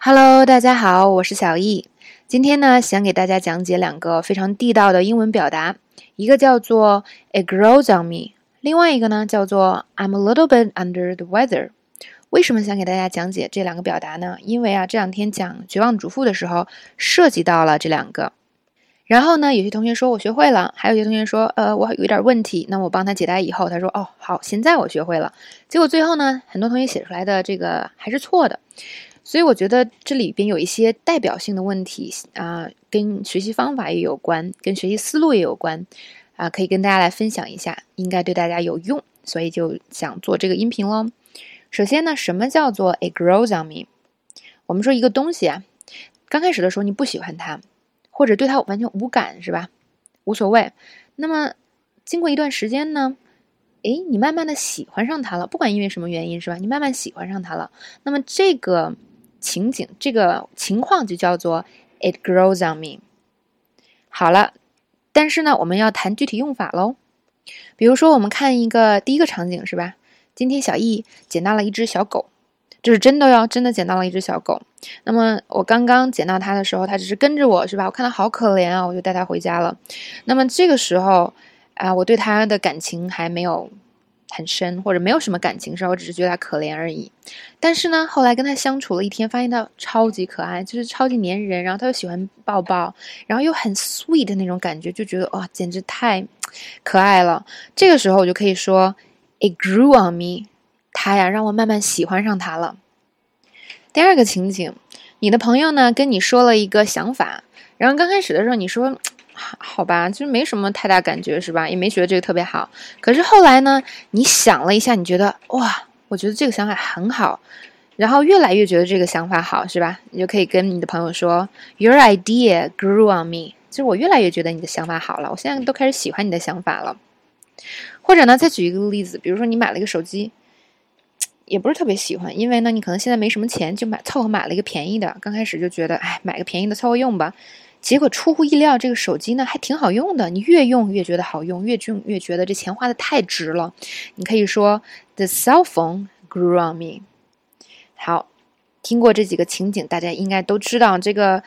Hello，大家好，我是小易。今天呢，想给大家讲解两个非常地道的英文表达，一个叫做 "It grows on me"，另外一个呢叫做 "I'm a little bit under the weather"。为什么想给大家讲解这两个表达呢？因为这两天讲绝望主妇的时候涉及到了这两个。然后呢，有些同学说我学会了，还有些同学说，我有点问题，那我帮他解答以后，他说，哦，好，现在我学会了。结果最后呢，很多同学写出来的这个还是错的。所以我觉得这里边有一些代表性的问题跟学习方法也有关，跟学习思路也有关可以跟大家来分享一下，应该对大家有用，所以就想做这个音频咯。首先呢，什么叫做 It grows on me？ 我们说一个东西刚开始的时候你不喜欢它，或者对它完全无感，是吧？无所谓。那么经过一段时间呢，你慢慢的喜欢上它了，不管因为什么原因，是吧？你慢慢喜欢上它了，那么这个情景，这个情况就叫做 It grows on me。 好了，但是呢，我们要谈具体用法咯。比如说我们看第一个场景，是吧？今天小易捡到了一只小狗，这是真的哟，真的捡到了一只小狗。那么我刚刚捡到它的时候，它只是跟着我，是吧？我看它好可怜啊，我就带它回家了。那么这个时候我对它的感情还没有很深，或者没有什么感情，我只是觉得它可怜而已。但是呢，后来跟它相处了一天，发现它超级可爱，就是超级粘人，然后它又喜欢抱抱，然后又很 sweet 的那种感觉，就觉得哇，简直太可爱了。这个时候我就可以说 It grew on me， 它让我慢慢喜欢上它了。第二个情景，你的朋友呢跟你说了一个想法，然后刚开始的时候你说好吧，就是没什么太大感觉，是吧？也没觉得这个特别好。可是后来呢，你想了一下，你觉得哇，我觉得这个想法很好，然后越来越觉得这个想法好，是吧？你就可以跟你的朋友说 Your idea grew on me， 就是我越来越觉得你的想法好了，我现在都开始喜欢你的想法了。或者呢，再举一个例子，比如说你买了一个手机，也不是特别喜欢，因为呢，你可能现在没什么钱，就凑合买了一个便宜的。刚开始就觉得，买个便宜的凑合用吧。结果出乎意料，这个手机呢还挺好用的。你越用越觉得好用，越用越觉得这钱花的太值了。你可以说 The cell phone grew on me。好，听过这几个情景，大家应该都知道这个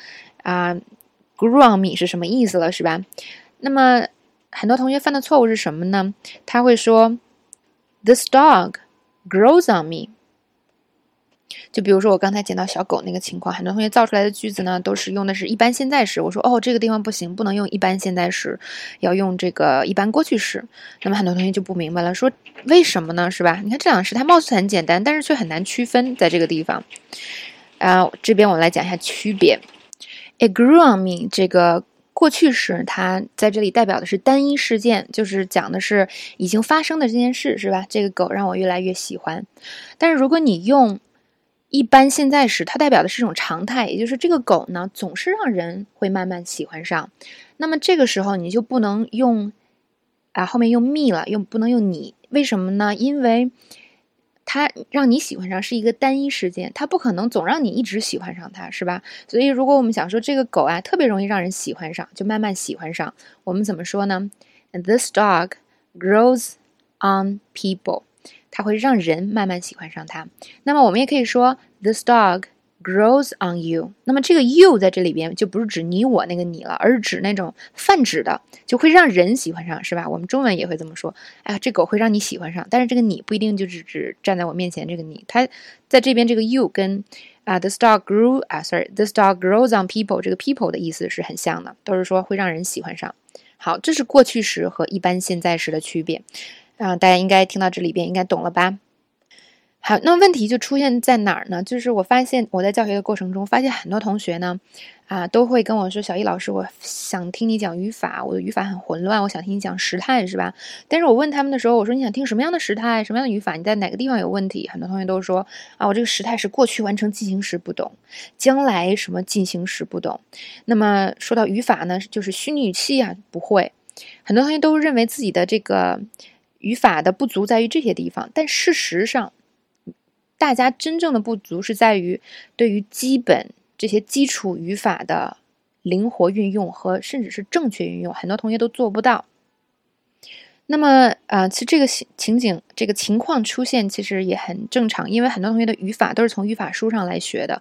grew on me 是什么意思了，是吧？那么很多同学犯的错误是什么呢？他会说 This dog grows on me。 就比如说我刚才捡到小狗那个情况，很多同学造出来的句子呢都是用的是一般现在时。我说这个地方不行，不能用一般现在时，要用这个一般过去时。那么很多同学就不明白了，说为什么呢，是吧？你看这两个时态貌似很简单，但是却很难区分在这个地方这边我们来讲一下区别。 It grew on me 这个过去时，它在这里代表的是单一事件，就是讲的是已经发生的这件事，是吧？这个狗让我越来越喜欢。但是如果你用一般现在时，它代表的是一种常态，也就是这个狗呢总是让人会慢慢喜欢上。那么这个时候你就不能用后面用 me 了，不能用你。为什么呢？因为它让你喜欢上是一个单一事件，它不可能总让你一直喜欢上它，是吧？所以如果我们想说这个狗特别容易让人喜欢上，就慢慢喜欢上，我们怎么说呢？ And this dog grows on people， 它会让人慢慢喜欢上它。那么我们也可以说 This dog grows on you。 那么这个 you 在这里边就不是指你我那个你了，而是指那种泛指的，就会让人喜欢上，是吧？我们中文也会这么说，这狗会让你喜欢上，但是这个你不一定就只站在我面前这个你，它在这边这个 you 跟this dog grows on people 这个 people 的意思是很像的，都是说会让人喜欢上。好，这是过去时和一般现在时的区别大家应该听到这里边应该懂了吧？好，那问题就出现在哪儿呢？就是我发现我在教学的过程中，发现很多同学呢，都会跟我说，小易老师，我想听你讲语法，我的语法很混乱，我想听你讲时态，是吧？但是我问他们的时候，我说你想听什么样的时态，什么样的语法？你在哪个地方有问题？很多同学都说我这个时态是过去完成进行时不懂，将来什么进行时不懂。那么说到语法呢，就是虚拟语气不会。很多同学都认为自己的这个语法的不足在于这些地方，但事实上大家真正的不足是在于对于基本这些基础语法的灵活运用和甚至是正确运用，很多同学都做不到。那么其实这个情景这个情况出现其实也很正常，因为很多同学的语法都是从语法书上来学的，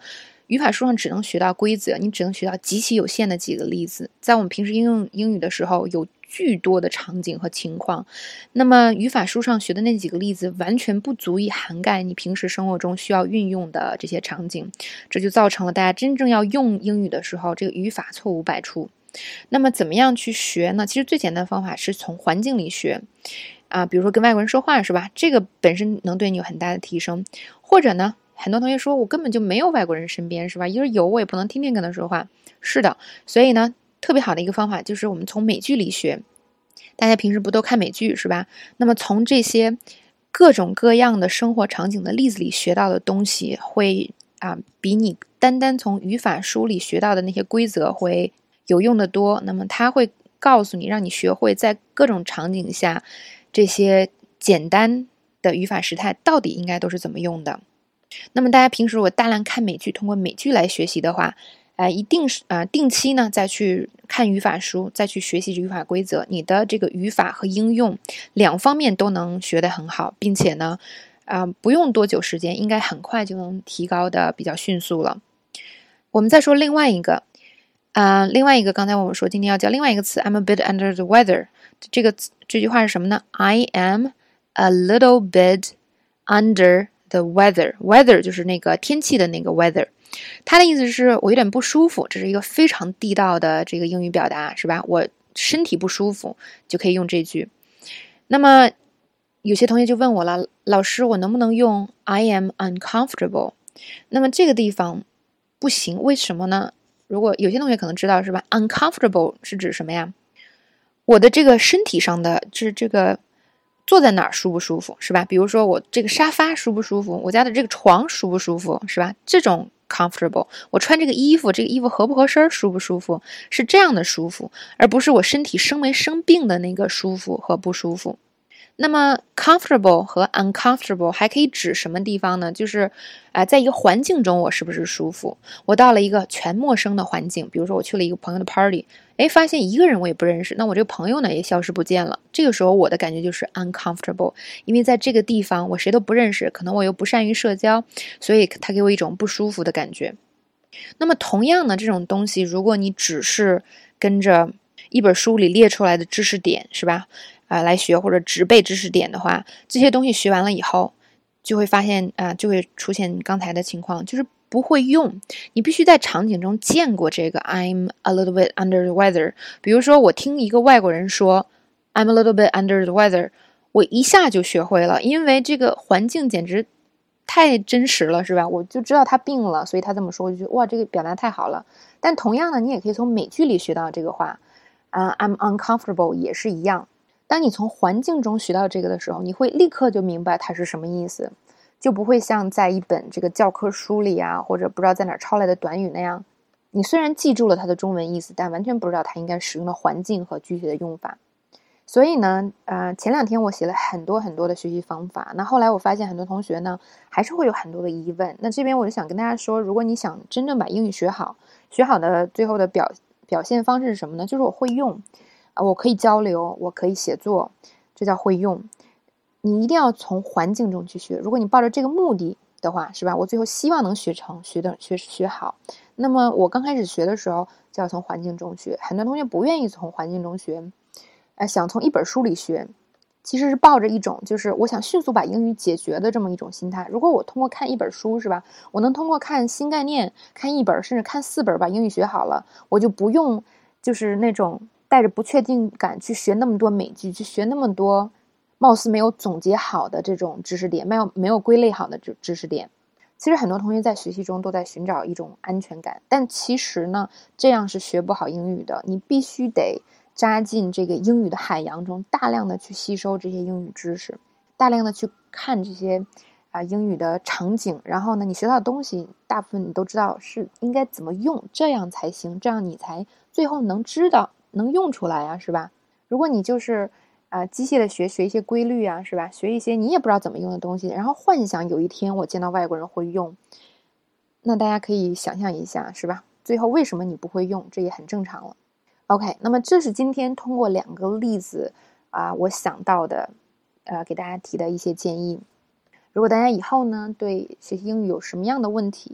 语法书上只能学到规则，你只能学到极其有限的几个例子。在我们平时应用英语的时候，有巨多的场景和情况，那么语法书上学的那几个例子完全不足以涵盖你平时生活中需要运用的这些场景，这就造成了大家真正要用英语的时候，这个语法错误百出。那么怎么样去学呢？其实最简单的方法是从环境里学比如说跟外国人说话是吧？这个本身能对你有很大的提升。或者呢，很多同学说我根本就没有外国人身边是吧？就是有我也不能天天跟他说话。是的，所以呢，特别好的一个方法就是我们从美剧里学。大家平时不都看美剧是吧？那么从这些各种各样的生活场景的例子里学到的东西会比你单单从语法书里学到的那些规则会有用的多。那么它会告诉你，让你学会在各种场景下这些简单的语法时态到底应该都是怎么用的。那么大家平时如果大量看美剧，通过美剧来学习的话，一定是定期呢再去看语法书，再去学习语法规则，你的这个语法和应用两方面都能学得很好，并且呢不用多久时间，应该很快就能提高的比较迅速了。我们再说另外一个刚才我们说今天要教另外一个词 I'm a bit under the weather， 这句话是什么呢？ I am a little bit under the weather 就是那个天气的那个 weather， 它的意思是我有点不舒服，这是一个非常地道的这个英语表达是吧？我身体不舒服就可以用这句。那么有些同学就问我了，老师我能不能用 I am uncomfortable？ 那么这个地方不行，为什么呢？如果有些同学可能知道是吧？ uncomfortable 是指什么呀？我的这个身体上的就是这个坐在哪儿舒不舒服是吧？比如说我这个沙发舒不舒服，我家的这个床舒不舒服是吧？这种 comfortable， 我穿这个衣服合不合身，舒不舒服，是这样的舒服，而不是我身体生没生病的那个舒服和不舒服。那么 comfortable 和 uncomfortable 还可以指什么地方呢？就是在一个环境中我是不是舒服？我到了一个全陌生的环境，比如说我去了一个朋友的 party， 发现一个人我也不认识，那我这个朋友呢也消失不见了。这个时候我的感觉就是 uncomfortable， 因为在这个地方我谁都不认识，可能我又不善于社交，所以它给我一种不舒服的感觉。那么同样的这种东西，如果你只是跟着一本书里列出来的知识点是吧来学，或者只背知识点的话，这些东西学完了以后就会发现就会出现刚才的情况，就是不会用。你必须在场景中见过这个 I'm a little bit under the weather。 比如说我听一个外国人说 I'm a little bit under the weather， 我一下就学会了，因为这个环境简直太真实了是吧？我就知道他病了，所以他这么说，我就觉得哇，这个表达太好了。但同样的，你也可以从美剧里学到这个话I'm uncomfortable 也是一样。当你从环境中学到这个的时候，你会立刻就明白它是什么意思，就不会像在一本这个教科书里或者不知道在哪儿抄来的短语那样，你虽然记住了它的中文意思，但完全不知道它应该使用的环境和具体的用法。所以呢前2天我写了很多很多的学习方法，那后来我发现很多同学呢还是会有很多的疑问。那这边我就想跟大家说，如果你想真正把英语学好的最后的表现方式是什么呢？就是我会用我可以交流，我可以写作，这叫会用。你一定要从环境中去学。如果你抱着这个目的的话，是吧？我最后希望能学好。那么我刚开始学的时候就要从环境中学。很多同学不愿意从环境中学，想从一本书里学，其实是抱着一种就是我想迅速把英语解决的这么一种心态。如果我通过看一本书是吧，我能通过看新概念，看1本甚至看4本把英语学好了，我就不用就是那种带着不确定感去学那么多美剧，去学那么多貌似没有总结好的这种知识点，没有归类好的知识点。其实很多同学在学习中都在寻找一种安全感，但其实呢，这样是学不好英语的。你必须得扎进这个英语的海洋中，大量的去吸收这些英语知识，大量的去看这些英语的场景，然后呢，你学到的东西大部分你都知道是应该怎么用，这样才行，这样你才最后能知道能用出来是吧？如果你就是机械的学一些规律是吧？学一些你也不知道怎么用的东西，然后幻想有一天我见到外国人会用，那大家可以想象一下是吧？最后为什么你不会用，这也很正常了。OK， 那么这是今天通过2个例子我想到的给大家提的一些建议。如果大家以后呢对学习英语有什么样的问题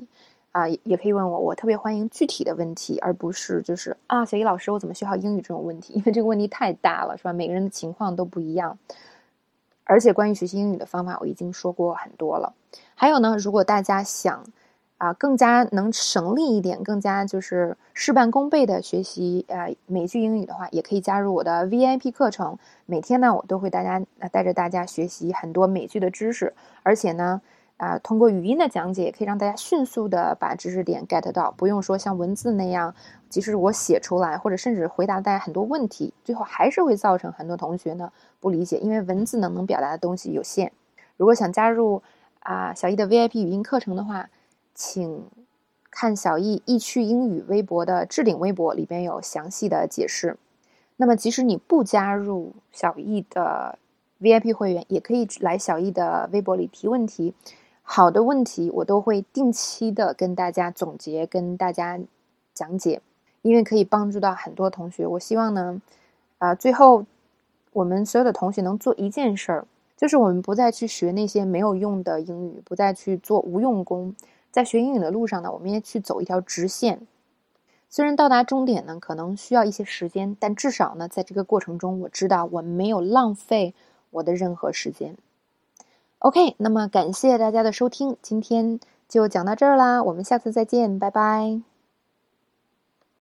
也可以问我，我特别欢迎具体的问题，而不是就是小易老师，我怎么学好英语这种问题，因为这个问题太大了，是吧？每个人的情况都不一样，而且关于学习英语的方法，我已经说过很多了。还有呢，如果大家想更加能省力一点，更加就是事半功倍的学习美剧英语的话，也可以加入我的 VIP 课程。每天呢，我都会带着大家学习很多美剧的知识，而且呢，通过语音的讲解，也可以让大家迅速的把知识点 get 到，不用说像文字那样，即使我写出来，或者甚至回答大家很多问题，最后还是会造成很多同学呢不理解，因为文字能表达的东西有限。如果想加入小易的 VIP 语音课程的话，请看小易易趣英语微博的置顶微博，里边有详细的解释。那么即使你不加入小易的 VIP 会员，也可以来小易的微博里提问题。好的问题我都会定期的跟大家总结，跟大家讲解，因为可以帮助到很多同学。我希望呢，最后我们所有的同学能做一件事儿，就是我们不再去学那些没有用的英语，不再去做无用功。在学英语的路上呢，我们也去走一条直线。虽然到达终点呢可能需要一些时间，但至少呢在这个过程中，我知道我没有浪费我的任何时间。OK， 那么感谢大家的收听，今天就讲到这儿啦，我们下次再见，拜拜。